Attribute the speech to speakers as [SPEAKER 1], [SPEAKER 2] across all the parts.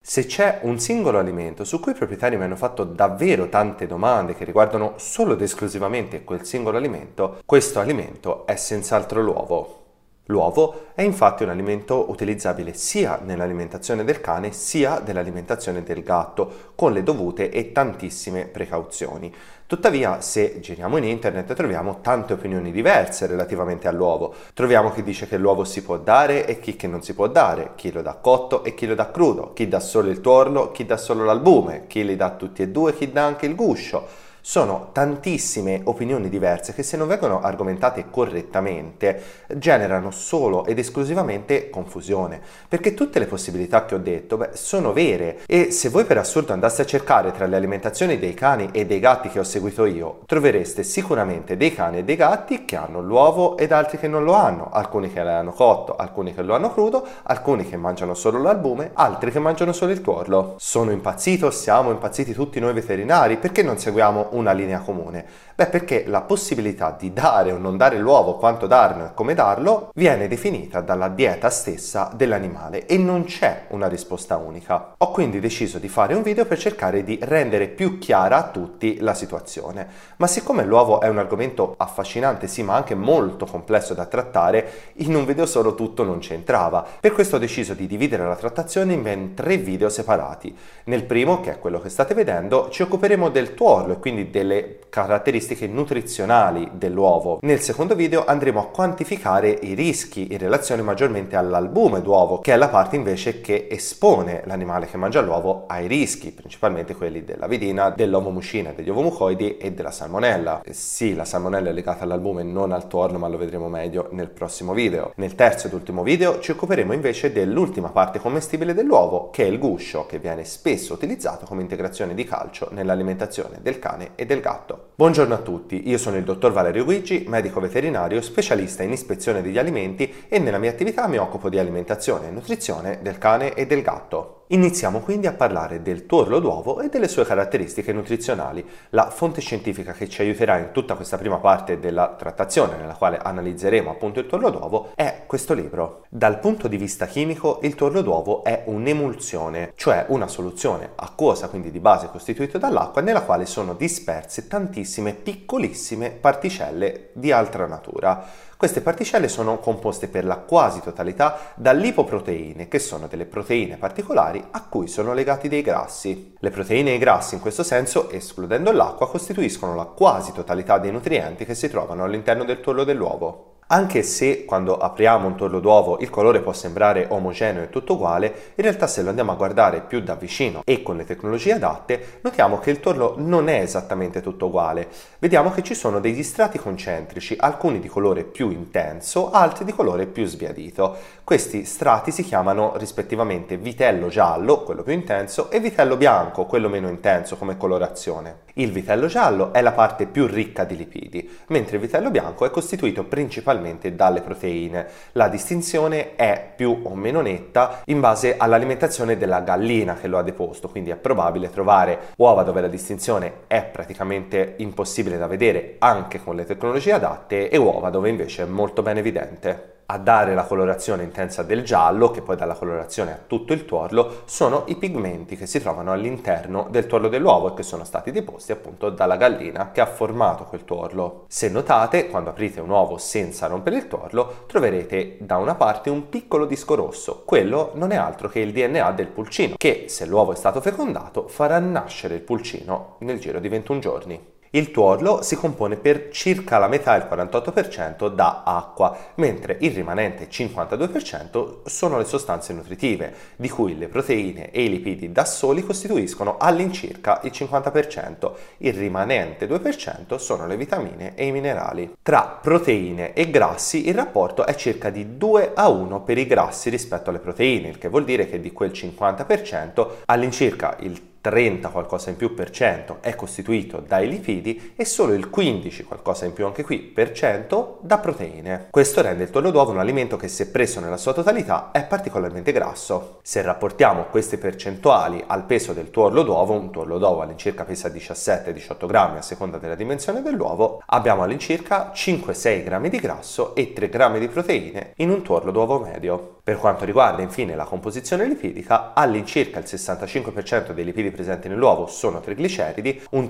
[SPEAKER 1] Se c'è un singolo alimento su cui i proprietari mi hanno fatto davvero tante domande che riguardano solo ed esclusivamente quel singolo alimento, questo alimento è senz'altro l'uovo. L'uovo è infatti un alimento utilizzabile sia nell'alimentazione del cane sia nell'alimentazione del gatto, con le dovute e tantissime precauzioni. Tuttavia, se giriamo in internet troviamo tante opinioni diverse relativamente all'uovo. Troviamo chi dice che l'uovo si può dare e chi che non si può dare, chi lo dà cotto e chi lo dà crudo, chi dà solo il tuorlo, chi dà solo l'albume, chi li dà tutti e due, chi dà anche il guscio. Sono tantissime opinioni diverse che, se non vengono argomentate correttamente, generano solo ed esclusivamente confusione, perché tutte le possibilità che ho detto sono vere, e se voi per assurdo andaste a cercare tra le alimentazioni dei cani e dei gatti che ho seguito io, trovereste sicuramente dei cani e dei gatti che hanno l'uovo ed altri che non lo hanno, alcuni che l'hanno cotto, alcuni che lo hanno crudo, alcuni che mangiano solo l'albume, altri che mangiano solo il tuorlo. Sono impazzito, siamo impazziti tutti noi veterinari, perché non seguiamo una linea comune? Perché la possibilità di dare o non dare l'uovo, quanto darlo e come darlo, viene definita dalla dieta stessa dell'animale e non c'è una risposta unica. Ho quindi deciso di fare un video per cercare di rendere più chiara a tutti la situazione. Ma siccome l'uovo è un argomento affascinante, sì, ma anche molto complesso da trattare, in un video solo tutto non c'entrava. Per questo ho deciso di dividere la trattazione in ben 3 video separati. Nel primo, che è quello che state vedendo, ci occuperemo del tuorlo e quindi delle caratteristiche nutrizionali dell'uovo. Nel secondo video andremo a quantificare i rischi in relazione maggiormente all'albume d'uovo, che è la parte invece che espone l'animale che mangia l'uovo ai rischi, principalmente quelli dell'avidina, dell'ovomucina, degli ovomucoidi e della salmonella. Sì, la salmonella è legata all'albume, non al tuorlo, ma lo vedremo meglio nel prossimo video. Nel terzo ed ultimo video ci occuperemo invece dell'ultima parte commestibile dell'uovo, che è il guscio, che viene spesso utilizzato come integrazione di calcio nell'alimentazione del cane e del gatto. Buongiorno a tutti, io sono il dottor Valerio Guigi, medico veterinario, specialista in ispezione degli alimenti, e nella mia attività mi occupo di alimentazione e nutrizione del cane e del gatto. Iniziamo quindi a parlare del tuorlo d'uovo e delle sue caratteristiche nutrizionali. La fonte scientifica che ci aiuterà in tutta questa prima parte della trattazione, nella quale analizzeremo appunto il tuorlo d'uovo, è questo libro. Dal punto di vista chimico, il tuorlo d'uovo è un'emulsione, cioè una soluzione acquosa, quindi di base costituita dall'acqua, nella quale sono disperse tantissime piccolissime particelle di altra natura. Queste particelle sono composte per la quasi totalità da lipoproteine, che sono delle proteine particolari a cui sono legati dei grassi. Le proteine e i grassi, in questo senso, escludendo l'acqua, costituiscono la quasi totalità dei nutrienti che si trovano all'interno del tuorlo dell'uovo. Anche se quando apriamo un tuorlo d'uovo il colore può sembrare omogeneo e tutto uguale, in realtà se lo andiamo a guardare più da vicino e con le tecnologie adatte, notiamo che il tuorlo non è esattamente tutto uguale. Vediamo che ci sono degli strati concentrici, alcuni di colore più intenso, altri di colore più sbiadito. Questi strati si chiamano rispettivamente vitello giallo, quello più intenso, e vitello bianco, quello meno intenso come colorazione. Il vitello giallo è la parte più ricca di lipidi, mentre il vitello bianco è costituito principalmente dalle proteine. La distinzione è più o meno netta in base all'alimentazione della gallina che lo ha deposto, quindi è probabile trovare uova dove la distinzione è praticamente impossibile da vedere anche con le tecnologie adatte e uova dove invece è molto ben evidente. A dare la colorazione intensa del giallo, che poi dà la colorazione a tutto il tuorlo, sono i pigmenti che si trovano all'interno del tuorlo dell'uovo e che sono stati deposti appunto dalla gallina che ha formato quel tuorlo. Se notate, quando aprite un uovo senza rompere il tuorlo, troverete da una parte un piccolo disco rosso. Quello non è altro che il DNA del pulcino, che, se l'uovo è stato fecondato, farà nascere il pulcino nel giro di 21 giorni. Il tuorlo si compone per circa la metà, il 48%, da acqua, mentre il rimanente 52% sono le sostanze nutritive, di cui le proteine e i lipidi da soli costituiscono all'incirca il 50%. Il rimanente 2% sono le vitamine e i minerali. Tra proteine e grassi il rapporto è circa di 2:1 per i grassi rispetto alle proteine, il che vuol dire che di quel 50% all'incirca il 30 qualcosa in più per cento è costituito dai lipidi e solo il 15 qualcosa in più anche qui per cento da proteine. Questo rende il tuorlo d'uovo un alimento che, se preso nella sua totalità, è particolarmente grasso. Se rapportiamo queste percentuali al peso del tuorlo d'uovo, un tuorlo d'uovo all'incirca pesa 17-18 grammi a seconda della dimensione dell'uovo, abbiamo all'incirca 5-6 grammi di grasso e 3 grammi di proteine in un tuorlo d'uovo medio. Per quanto riguarda infine la composizione lipidica, all'incirca il 65% dei lipidi presenti nell'uovo sono trigliceridi, un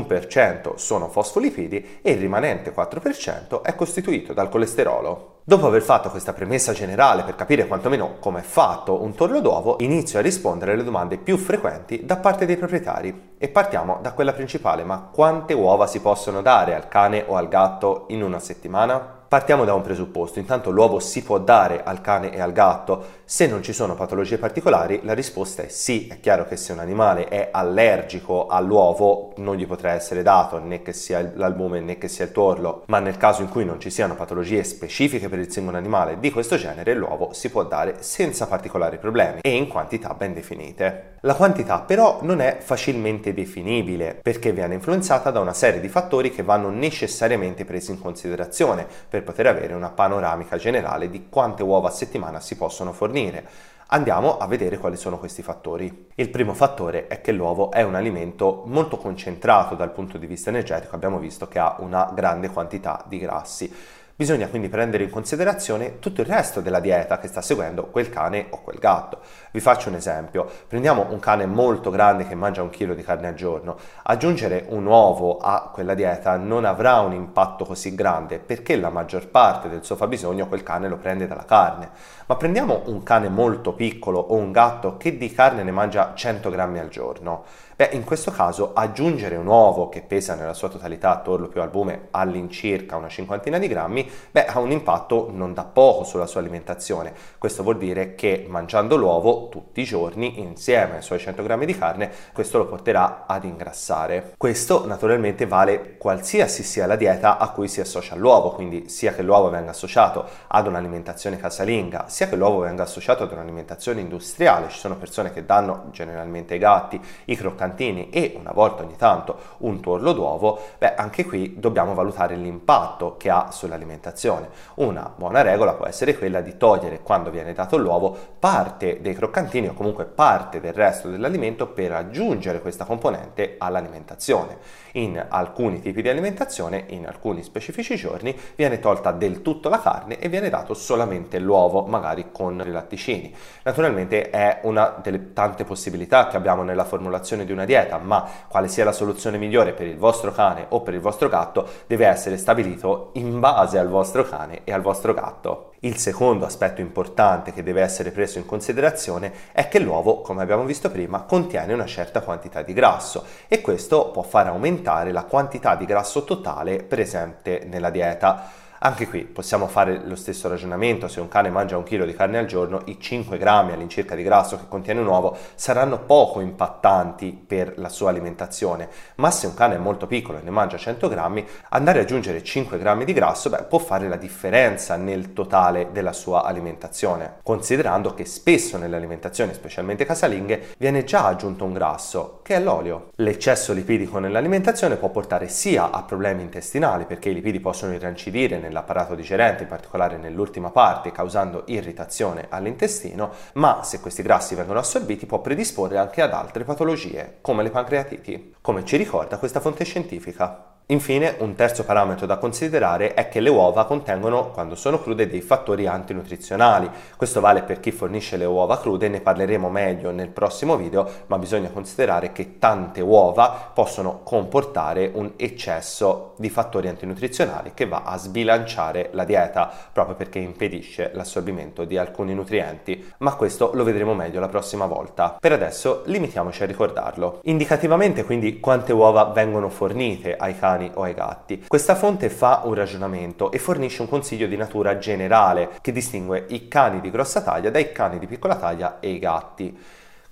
[SPEAKER 1] 31% sono fosfolipidi e il rimanente 4% è costituito dal colesterolo. Dopo aver fatto questa premessa generale per capire quantomeno come è fatto un tuorlo d'uovo, inizio a rispondere alle domande più frequenti da parte dei proprietari. E partiamo da quella principale: ma quante uova si possono dare al cane o al gatto in una settimana? Partiamo da un presupposto: intanto l'uovo si può dare al cane e al gatto se non ci sono patologie particolari. La risposta è sì. È chiaro che se un animale è allergico all'uovo non gli potrà essere dato, né che sia l'albume né che sia il tuorlo, ma nel caso in cui non ci siano patologie specifiche per il singolo animale di questo genere, l'uovo si può dare senza particolari problemi e in quantità ben definite. La quantità però non è facilmente definibile perché viene influenzata da una serie di fattori che vanno necessariamente presi in considerazione per poter avere una panoramica generale di quante uova a settimana si possono fornire. Andiamo a vedere quali sono questi fattori. Il primo fattore è che l'uovo è un alimento molto concentrato dal punto di vista energetico, abbiamo visto che ha una grande quantità di grassi. Bisogna quindi prendere in considerazione tutto il resto della dieta che sta seguendo quel cane o quel gatto. Vi faccio un esempio: prendiamo un cane molto grande che mangia 1 chilo di carne al giorno. Aggiungere un uovo a quella dieta non avrà un impatto così grande perché la maggior parte del suo fabbisogno quel cane lo prende dalla carne. Ma prendiamo un cane molto piccolo o un gatto che di carne ne mangia 100 grammi al giorno. In questo caso aggiungere un uovo che pesa nella sua totalità, tuorlo più albume, all'incirca una cinquantina di grammi, ha un impatto non da poco sulla sua alimentazione. Questo vuol dire che mangiando l'uovo tutti i giorni insieme ai suoi 100 grammi di carne, questo lo porterà ad ingrassare. Questo naturalmente vale qualsiasi sia la dieta a cui si associa l'uovo, quindi sia che l'uovo venga associato ad un'alimentazione casalinga, sia che l'uovo venga associato ad un'alimentazione industriale. Ci sono persone che danno generalmente ai gatti i croccantini e una volta ogni tanto un tuorlo d'uovo. Anche qui dobbiamo valutare l'impatto che ha sull'alimentazione. Una buona regola può essere quella di togliere, quando viene dato l'uovo, parte dei croccantini o comunque parte del resto dell'alimento per aggiungere questa componente all'alimentazione. In alcuni tipi di alimentazione, in alcuni specifici giorni, viene tolta del tutto la carne e viene dato solamente l'uovo, magari con i latticini. Naturalmente è una delle tante possibilità che abbiamo nella formulazione di una dieta, ma quale sia la soluzione migliore per il vostro cane o per il vostro gatto deve essere stabilito in base al vostro cane e al vostro gatto. Il secondo aspetto importante che deve essere preso in considerazione è che l'uovo, come abbiamo visto prima, contiene una certa quantità di grasso e questo può far aumentare la quantità di grasso totale presente nella dieta. Anche qui possiamo fare lo stesso ragionamento: se un cane mangia 1 chilo di carne al giorno, i 5 grammi all'incirca di grasso che contiene un uovo saranno poco impattanti per la sua alimentazione, ma se un cane è molto piccolo e ne mangia 100 grammi, andare ad aggiungere 5 grammi di grasso può fare la differenza nel totale della sua alimentazione, considerando che spesso nelle alimentazioni, specialmente casalinghe, viene già aggiunto un grasso, che è l'olio. L'eccesso lipidico nell'alimentazione può portare sia a problemi intestinali, perché i lipidi possono irrancidire nell'apparato digerente, in particolare nell'ultima parte, causando irritazione all'intestino, ma se questi grassi vengono assorbiti può predisporre anche ad altre patologie, come le pancreatiti, come ci ricorda questa fonte scientifica. Infine, un terzo parametro da considerare è che le uova contengono, quando sono crude, dei fattori antinutrizionali. Questo vale per chi fornisce le uova crude, ne parleremo meglio nel prossimo video, ma bisogna considerare che tante uova possono comportare un eccesso di fattori antinutrizionali che va a sbilanciare la dieta, proprio perché impedisce l'assorbimento di alcuni nutrienti, ma questo lo vedremo meglio la prossima volta. Per adesso limitiamoci a ricordarlo. Indicativamente, quindi, quante uova vengono fornite ai cani o ai gatti. Questa fonte fa un ragionamento e fornisce un consiglio di natura generale che distingue i cani di grossa taglia dai cani di piccola taglia e i gatti.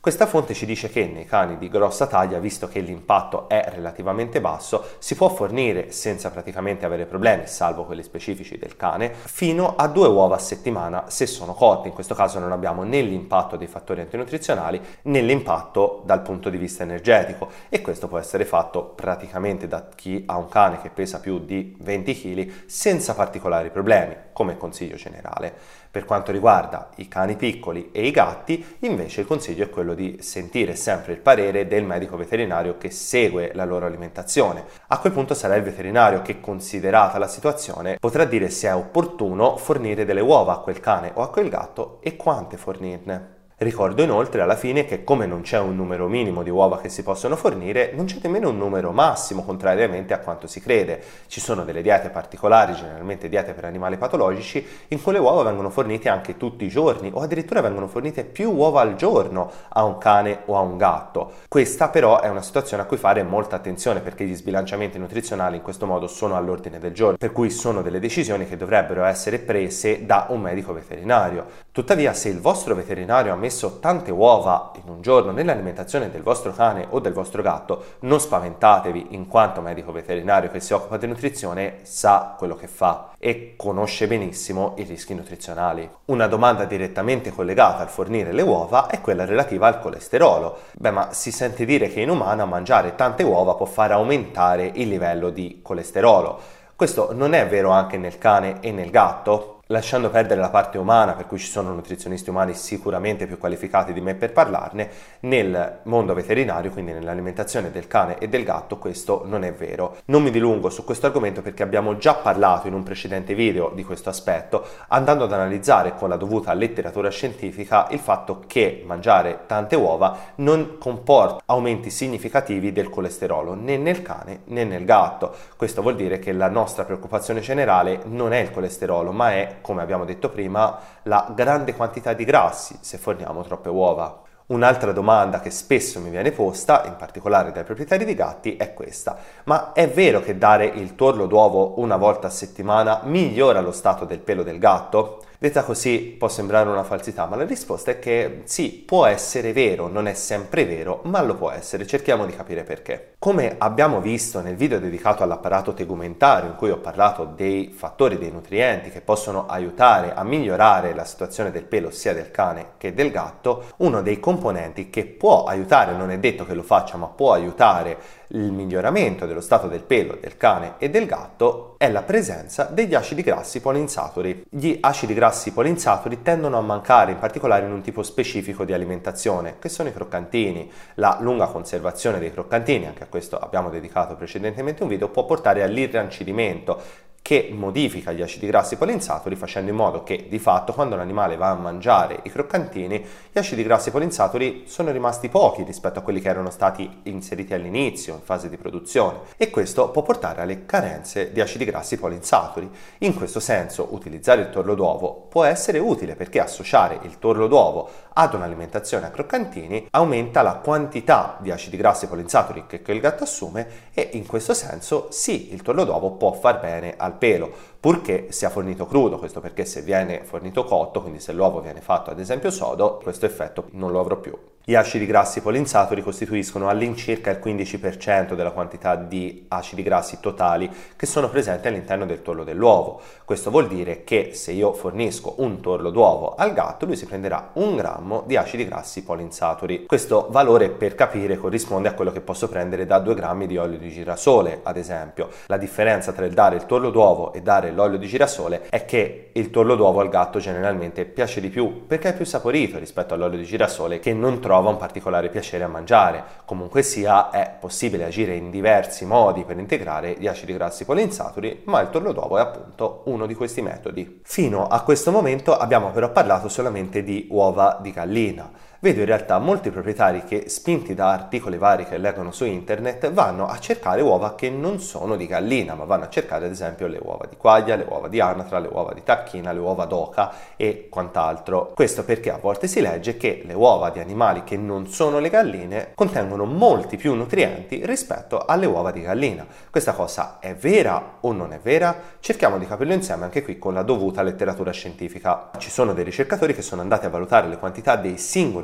[SPEAKER 1] Questa fonte ci dice che nei cani di grossa taglia, visto che l'impatto è relativamente basso, si può fornire senza praticamente avere problemi, salvo quelli specifici del cane, fino a 2 uova a settimana se sono cotti. In questo caso non abbiamo né l'impatto dei fattori antinutrizionali né l'impatto dal punto di vista energetico, e questo può essere fatto praticamente da chi ha un cane che pesa più di 20 kg senza particolari problemi, come consiglio generale. Per quanto riguarda i cani piccoli e i gatti, invece il consiglio è quello di sentire sempre il parere del medico veterinario che segue la loro alimentazione. A quel punto sarà il veterinario che, considerata la situazione, potrà dire se è opportuno fornire delle uova a quel cane o a quel gatto e quante fornirne. Ricordo inoltre alla fine che, come non c'è un numero minimo di uova che si possono fornire, non c'è nemmeno un numero massimo, contrariamente a quanto si crede. Ci sono delle diete particolari, generalmente diete per animali patologici, in cui le uova vengono fornite anche tutti i giorni o addirittura vengono fornite più uova al giorno a un cane o a un gatto. Questa però è una situazione a cui fare molta attenzione, perché gli sbilanciamenti nutrizionali in questo modo sono all'ordine del giorno, per cui sono delle decisioni che dovrebbero essere prese da un medico veterinario. Tuttavia, se il vostro veterinario ha messo tante uova in un giorno nell'alimentazione del vostro cane o del vostro gatto, non spaventatevi, in quanto medico veterinario che si occupa di nutrizione sa quello che fa e conosce benissimo i rischi nutrizionali. Una domanda direttamente collegata al fornire le uova è quella relativa al colesterolo. Ma si sente dire che in umano mangiare tante uova può far aumentare il livello di colesterolo. Questo non è vero anche nel cane e nel gatto? Lasciando perdere la parte umana, per cui ci sono nutrizionisti umani sicuramente più qualificati di me per parlarne, nel mondo veterinario, quindi nell'alimentazione del cane e del gatto, questo non è vero. Non mi dilungo su questo argomento perché abbiamo già parlato in un precedente video di questo aspetto, andando ad analizzare con la dovuta letteratura scientifica il fatto che mangiare tante uova non comporta aumenti significativi del colesterolo né nel cane né nel gatto. Questo vuol dire che la nostra preoccupazione generale non è il colesterolo, ma è, come abbiamo detto prima, la grande quantità di grassi se forniamo troppe uova. Un'altra domanda che spesso mi viene posta, in particolare dai proprietari di gatti, è questa: ma è vero che dare il torlo d'uovo una volta a settimana migliora lo stato del pelo del gatto? Detta così può sembrare una falsità, ma la risposta è che sì, può essere vero, non è sempre vero, ma lo può essere. Cerchiamo di capire perché. Come abbiamo visto nel video dedicato all'apparato tegumentario, in cui ho parlato dei fattori, dei nutrienti che possono aiutare a migliorare la situazione del pelo sia del cane che del gatto, uno dei componenti che può aiutare, non è detto che lo faccia, ma può aiutare il miglioramento dello stato del pelo del cane e del gatto è la presenza degli acidi grassi poliinsaturi. Gli acidi grassi poliinsaturi tendono a mancare in particolare in un tipo specifico di alimentazione, che sono i croccantini. La lunga conservazione dei croccantini, anche a questo abbiamo dedicato precedentemente un video, può portare all'irrancidimento, che modifica gli acidi grassi poliinsaturi, facendo in modo che di fatto quando l'animale va a mangiare i croccantini gli acidi grassi poliinsaturi sono rimasti pochi rispetto a quelli che erano stati inseriti all'inizio, in fase di produzione, e questo può portare alle carenze di acidi grassi poliinsaturi. In questo senso utilizzare il torlo d'uovo può essere utile, perché associare il torlo d'uovo ad un'alimentazione a croccantini aumenta la quantità di acidi grassi poliinsaturi che il gatto assume, e in questo senso sì, il torlo d'uovo può far bene al pelo, purché sia fornito crudo. Questo perché se viene fornito cotto, quindi se l'uovo viene fatto ad esempio sodo, questo effetto non lo avrò più. Gli acidi grassi poliinsaturi costituiscono all'incirca il 15% della quantità di acidi grassi totali che sono presenti all'interno del torlo dell'uovo. Questo vuol dire che se io fornisco un torlo d'uovo al gatto, lui si prenderà 1 grammo di acidi grassi poliinsaturi. Questo valore, per capire, corrisponde a quello che posso prendere da 2 grammi di olio di girasole, ad esempio. La differenza tra il dare il torlo d'uovo e dare l'olio di girasole è che il torlo d'uovo al gatto generalmente piace di più, perché è più saporito rispetto all'olio di girasole, che non trova un particolare piacere a mangiare. Comunque sia, è possibile agire in diversi modi per integrare gli acidi grassi poliinsaturi, ma il torlo d'uovo è appunto uno di questi metodi. Fino a questo momento abbiamo però parlato solamente di uova di gallina. Vedo in realtà molti proprietari che, spinti da articoli vari che leggono su internet, vanno a cercare uova che non sono di gallina, ma vanno a cercare ad esempio le uova di quaglia, le uova di anatra, le uova di tacchina, le uova d'oca e quant'altro. Questo perché a volte si legge che le uova di animali che non sono le galline contengono molti più nutrienti rispetto alle uova di gallina. Questa cosa è vera o non è vera? Cerchiamo di capirlo insieme anche qui con la dovuta letteratura scientifica. Ci sono dei ricercatori che sono andati a valutare le quantità dei singoli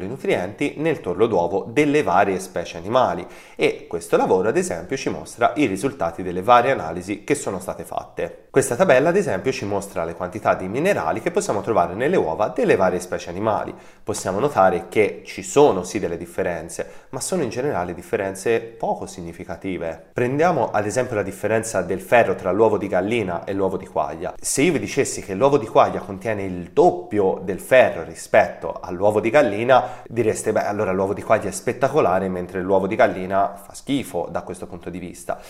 [SPEAKER 1] di nutrienti nel torlo d'uovo delle varie specie animali, e questo lavoro ad esempio ci mostra i risultati delle varie analisi che sono state fatte. Questa tabella ad esempio ci mostra le quantità di minerali che possiamo trovare nelle uova delle varie specie animali. Possiamo notare che ci sono sì delle differenze, ma sono in generale differenze poco significative. Prendiamo ad esempio la differenza del ferro tra l'uovo di gallina e l'uovo di quaglia. Se io vi dicessi che l'uovo di quaglia contiene il doppio del ferro rispetto all'uovo di gallina, direste beh, allora l'uovo di quaglia è spettacolare mentre l'uovo di gallina fa schifo da questo punto di vista.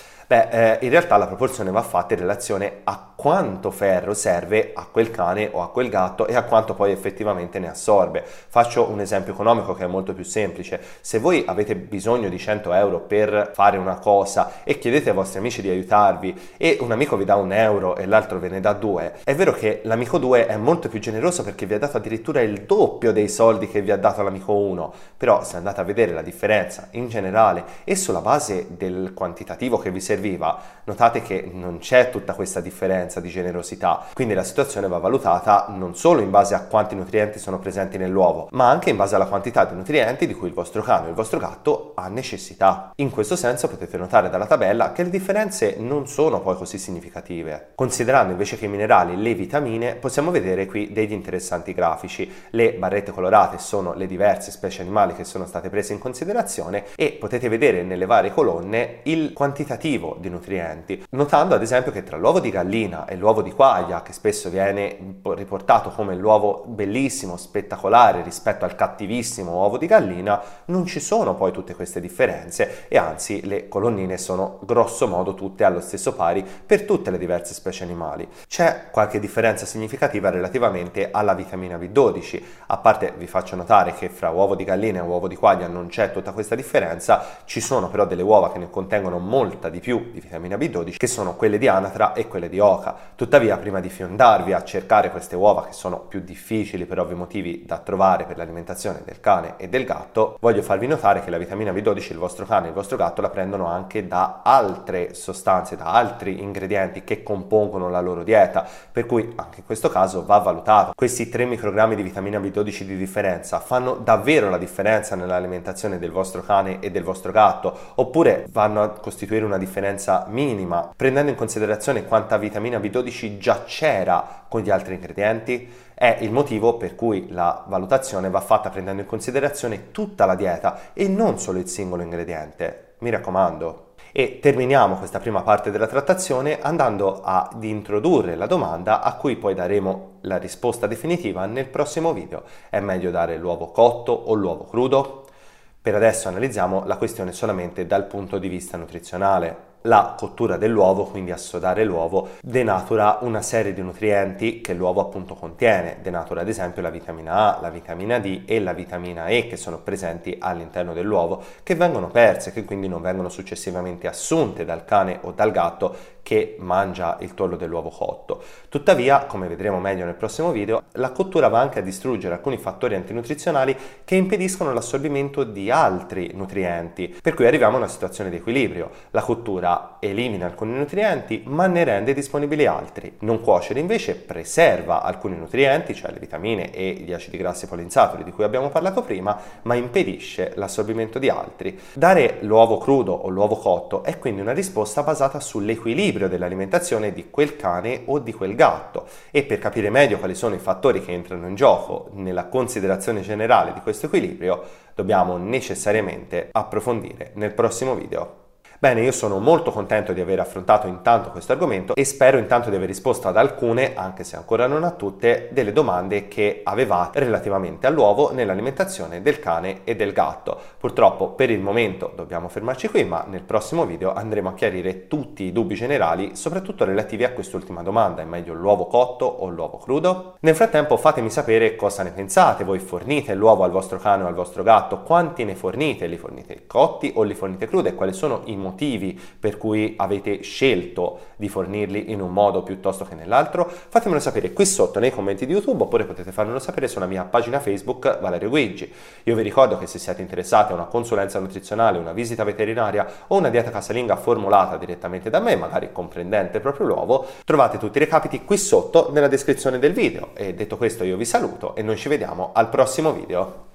[SPEAKER 1] In realtà la proporzione va fatta in relazione a quanto ferro serve a quel cane o a quel gatto e a quanto poi effettivamente ne assorbe. Faccio un esempio economico che è molto più semplice. Se voi avete bisogno di 100 euro per fare una cosa e chiedete ai vostri amici di aiutarvi e un amico vi dà 1 euro e l'altro ve ne dà 2, è vero che l'amico 2 è molto più generoso perché vi ha dato addirittura il doppio dei soldi che vi ha dato l'amico 1, però se andate a vedere la differenza in generale e sulla base del quantitativo che vi serviva, notate che non c'è tutta questa differenza di generosità, quindi la situazione va valutata non solo in base a quanti nutrienti sono presenti nell'uovo, ma anche in base alla quantità di nutrienti di cui il vostro cane o il vostro gatto ha necessità. In questo senso potete notare dalla tabella che le differenze non sono poi così significative. Considerando invece che i minerali le vitamine, possiamo vedere qui degli interessanti grafici. Le barrette colorate sono le diverse specie animali che sono state prese in considerazione e potete vedere nelle varie colonne il quantitativo di nutrienti, notando ad esempio che tra l'uovo di gallina e l'uovo di quaglia, che spesso viene riportato come l'uovo bellissimo, spettacolare rispetto al cattivissimo uovo di gallina, non ci sono poi tutte queste differenze e anzi le colonnine sono grosso modo tutte allo stesso pari per tutte le diverse specie animali. C'è qualche differenza significativa relativamente alla vitamina B12, a parte vi faccio notare che fra uovo di gallina e uovo di quaglia non c'è tutta questa differenza, ci sono però delle uova che ne contengono molta di più di vitamina B12, che sono quelle di anatra e quelle di oca. Tuttavia, prima di fiondarvi a cercare queste uova, che sono più difficili per ovvi motivi da trovare per l'alimentazione del cane e del gatto, voglio farvi notare che la vitamina B12 il vostro cane e il vostro gatto la prendono anche da altre sostanze, da altri ingredienti che compongono la loro dieta, per cui anche in questo caso va valutato. Questi 3 microgrammi di vitamina B12 di differenza fanno davvero la differenza nell'alimentazione del vostro cane e del vostro gatto, oppure vanno a costituire una differenza minima, prendendo in considerazione quanta vitamina B12 già c'era con gli altri ingredienti? È il motivo per cui la valutazione va fatta prendendo in considerazione tutta la dieta e non solo il singolo ingrediente. Mi raccomando. E terminiamo questa prima parte della trattazione andando ad introdurre la domanda a cui poi daremo la risposta definitiva nel prossimo video. È meglio dare l'uovo cotto o l'uovo crudo? Per adesso analizziamo la questione solamente dal punto di vista nutrizionale. La cottura dell'uovo, quindi assodare l'uovo, denatura una serie di nutrienti che l'uovo appunto contiene. Denatura ad esempio la vitamina A, la vitamina D e la vitamina E che sono presenti all'interno dell'uovo, che vengono perse, che quindi non vengono successivamente assunte dal cane o dal gatto che mangia il tuorlo dell'uovo cotto. Tuttavia, come vedremo meglio nel prossimo video, la cottura va anche a distruggere alcuni fattori antinutrizionali che impediscono l'assorbimento di altri nutrienti, per cui arriviamo a una situazione di equilibrio. La cottura elimina alcuni nutrienti ma ne rende disponibili altri. Non cuocere invece preserva alcuni nutrienti, cioè le vitamine e gli acidi grassi poliinsaturi di cui abbiamo parlato prima, ma impedisce l'assorbimento di altri. Dare l'uovo crudo o l'uovo cotto è quindi una risposta basata sull'equilibrio dell'alimentazione di quel cane o di quel gatto, e per capire meglio quali sono i fattori che entrano in gioco nella considerazione generale di questo equilibrio dobbiamo necessariamente approfondire nel prossimo video. Bene, io sono molto contento di aver affrontato intanto questo argomento e spero intanto di aver risposto ad alcune, anche se ancora non a tutte, delle domande che avevate relativamente all'uovo nell'alimentazione del cane e del gatto. Purtroppo per il momento dobbiamo fermarci qui, ma nel prossimo video andremo a chiarire tutti i dubbi generali, soprattutto relativi a quest'ultima domanda: è meglio l'uovo cotto o l'uovo crudo? Nel frattempo fatemi sapere cosa ne pensate. Voi fornite l'uovo al vostro cane o al vostro gatto? Quanti ne fornite? Li fornite cotti o li fornite crudi? E quali sono i motivi per cui avete scelto di fornirli in un modo piuttosto che nell'altro? Fatemelo sapere qui sotto nei commenti di YouTube, oppure potete farmelo sapere sulla mia pagina Facebook Valerio Guigi. Io vi ricordo che se siete interessati a una consulenza nutrizionale, una visita veterinaria o una dieta casalinga formulata direttamente da me, magari comprendente proprio l'uovo, trovate tutti i recapiti qui sotto nella descrizione del video. E detto questo io vi saluto e noi ci vediamo al prossimo video.